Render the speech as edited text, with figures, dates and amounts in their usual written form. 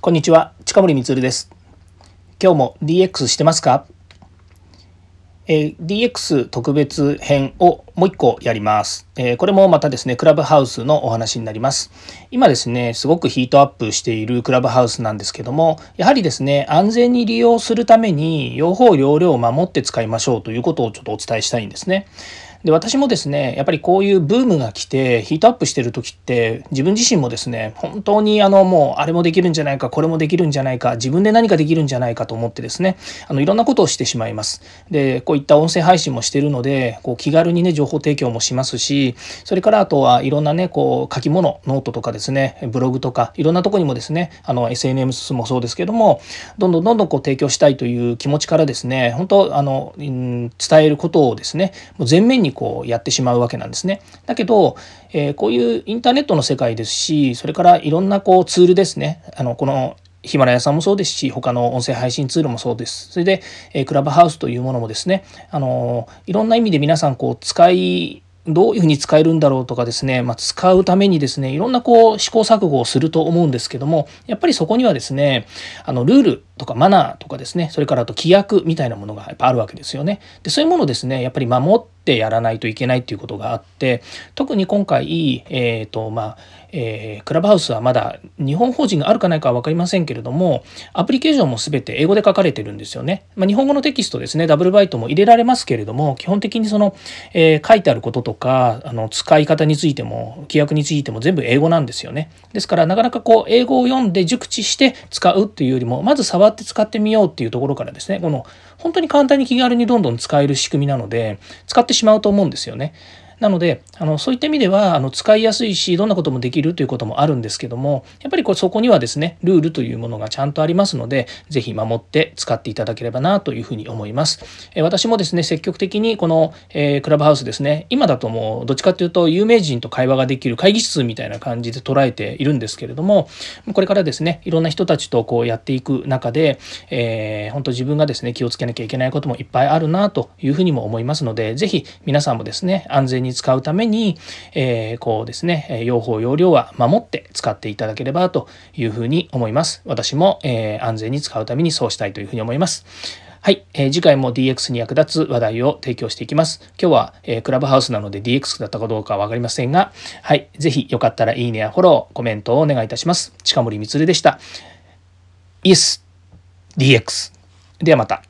こんにちは、近森光です。今日も DX してますか？DX 特別編をもう一個やります。これもまたですね、クラブハウスのお話になります。今ですね、すごくヒートアップしているクラブハウスなんですけども、やはりですね、安全に利用するために用法用量を守って使いましょうということをちょっとお伝えしたいんですね。で、私もですね、やっぱりこういうブームが来てヒートアップしてる時って自分自身もですね、本当にもうあれもできるんじゃないか、これもできるんじゃないか、自分で何かできるんじゃないかと思ってですね、いろんなことをしてしまいます。で、こういった音声配信もしているので、気軽にね情報提供もしますし、それからあとはいろんなね書き物、ノートとかですね、ブログとかいろんなところにもですね、SNS もそうですけども、どんどん提供したいという気持ちからですね、本当伝えることをですね、もう前面にやってしまうわけなんですね。だけど、こういうインターネットの世界ですし、それからいろんなツールですね、このヒマラヤさんもそうですし、他の音声配信ツールもそうです。それで、クラブハウスというものもですね、いろんな意味で皆さんどういうふうに使えるんだろうとかですね、使うためにですね、いろんな試行錯誤をすると思うんですけども、やっぱりそこにはですね、ルールとかマナーとかですね、それからあと規約みたいなものがやっぱあるわけですよね。で、そういうものをですね、やっぱり守ってやらないといけないっていうことがあって、特に今回、クラブハウスはまだ日本法人があるかないかは分かりませんけれども、アプリケーションも全て英語で書かれてるんですよね。日本語のテキストですね、ダブルバイトも入れられますけれども、基本的に書いてあることとか使い方についても規約についても全部英語なんですよね。ですからなかなか英語を読んで熟知して使うっていうよりも、まず触って使ってみようっていうところからですね、本当に簡単に気軽にどんどん使える仕組みなので使ってしまうと思うんですよね。なのでそういった意味では使いやすいし、どんなこともできるということもあるんですけども、やっぱりそこにはですね、ルールというものがちゃんとありますので、ぜひ守って使っていただければなというふうに思います。私もですね、積極的にこの、クラブハウスですね、今だともうどっちかというと有名人と会話ができる会議室みたいな感じで捉えているんですけれども、これからですね、いろんな人たちとやっていく中で、本当自分がですね、気をつけなきゃいけないこともいっぱいあるなというふうにも思いますので、ぜひ皆さんもですね、安全に使うために、ですね、用法用量は守って使っていただければというふうに思います。私も、安全に使うためにそうしたいというふうに思います。はい、次回も DX に役立つ話題を提供していきます。今日は、クラブハウスなので DX だったかどうかは分かりませんが、はい、ぜひよかったらいいねやフォロー、コメントをお願いいたします。近森光でした。イエス DX。ではまた。